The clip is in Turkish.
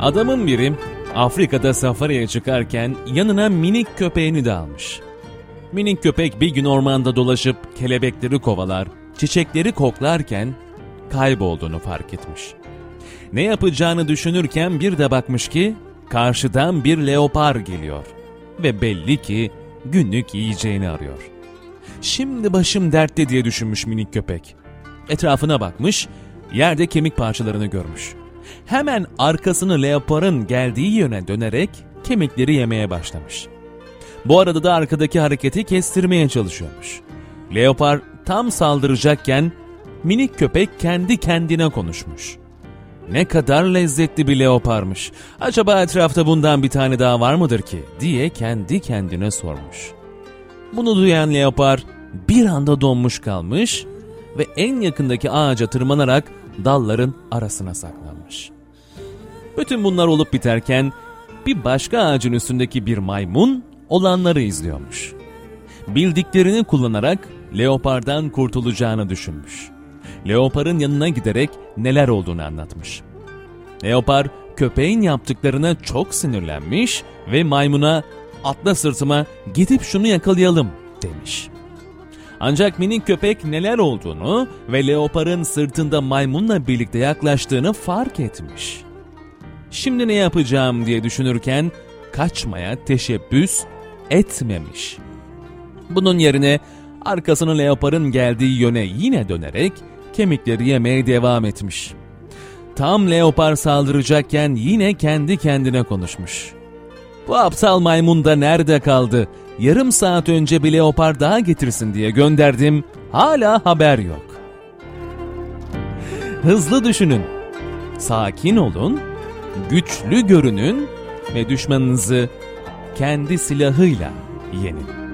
Adamın biri Afrika'da safariye çıkarken yanına minik köpeğini de almış. Minik köpek bir gün ormanda dolaşıp kelebekleri kovalar, çiçekleri koklarken kaybolduğunu fark etmiş. Ne yapacağını düşünürken bir de bakmış ki karşıdan bir leopar geliyor ve belli ki günlük yiyeceğini arıyor. Şimdi başım dertte diye düşünmüş minik köpek. Etrafına bakmış, yerde kemik parçalarını görmüş. Hemen arkasını leoparın geldiği yöne dönerek kemikleri yemeye başlamış. Bu arada da arkadaki hareketi kestirmeye çalışıyormuş. Leopar tam saldıracakken minik köpek kendi kendine konuşmuş. Ne kadar lezzetli bir leoparmış. Acaba etrafta bundan bir tane daha var mıdır ki diye kendi kendine sormuş. Bunu duyan leopar bir anda donmuş kalmış ve en yakındaki ağaca tırmanarak dalların arasına saklanmış. Bütün bunlar olup biterken bir başka ağacın üstündeki bir maymun olanları izliyormuş. Bildiklerini kullanarak leopardan kurtulacağını düşünmüş. Leoparın yanına giderek neler olduğunu anlatmış. Leopar köpeğin yaptıklarına çok sinirlenmiş ve maymuna "Atla sırtıma, gidip şunu yakalayalım" demiş. Ancak minik köpek neler olduğunu ve leoparın sırtında maymunla birlikte yaklaştığını fark etmiş. Şimdi ne yapacağım diye düşünürken kaçmaya teşebbüs etmemiş. Bunun yerine arkasını leoparın geldiği yöne yine dönerek kemikleri yemeye devam etmiş. Tam leopar saldıracakken yine kendi kendine konuşmuş. Bu aptal maymun da nerede kaldı? Yarım saat önce bir leopar daha getirsin diye gönderdim. Hala haber yok. Hızlı düşünün. Sakin olun. Güçlü görünün ve düşmanınızı kendi silahıyla yenin.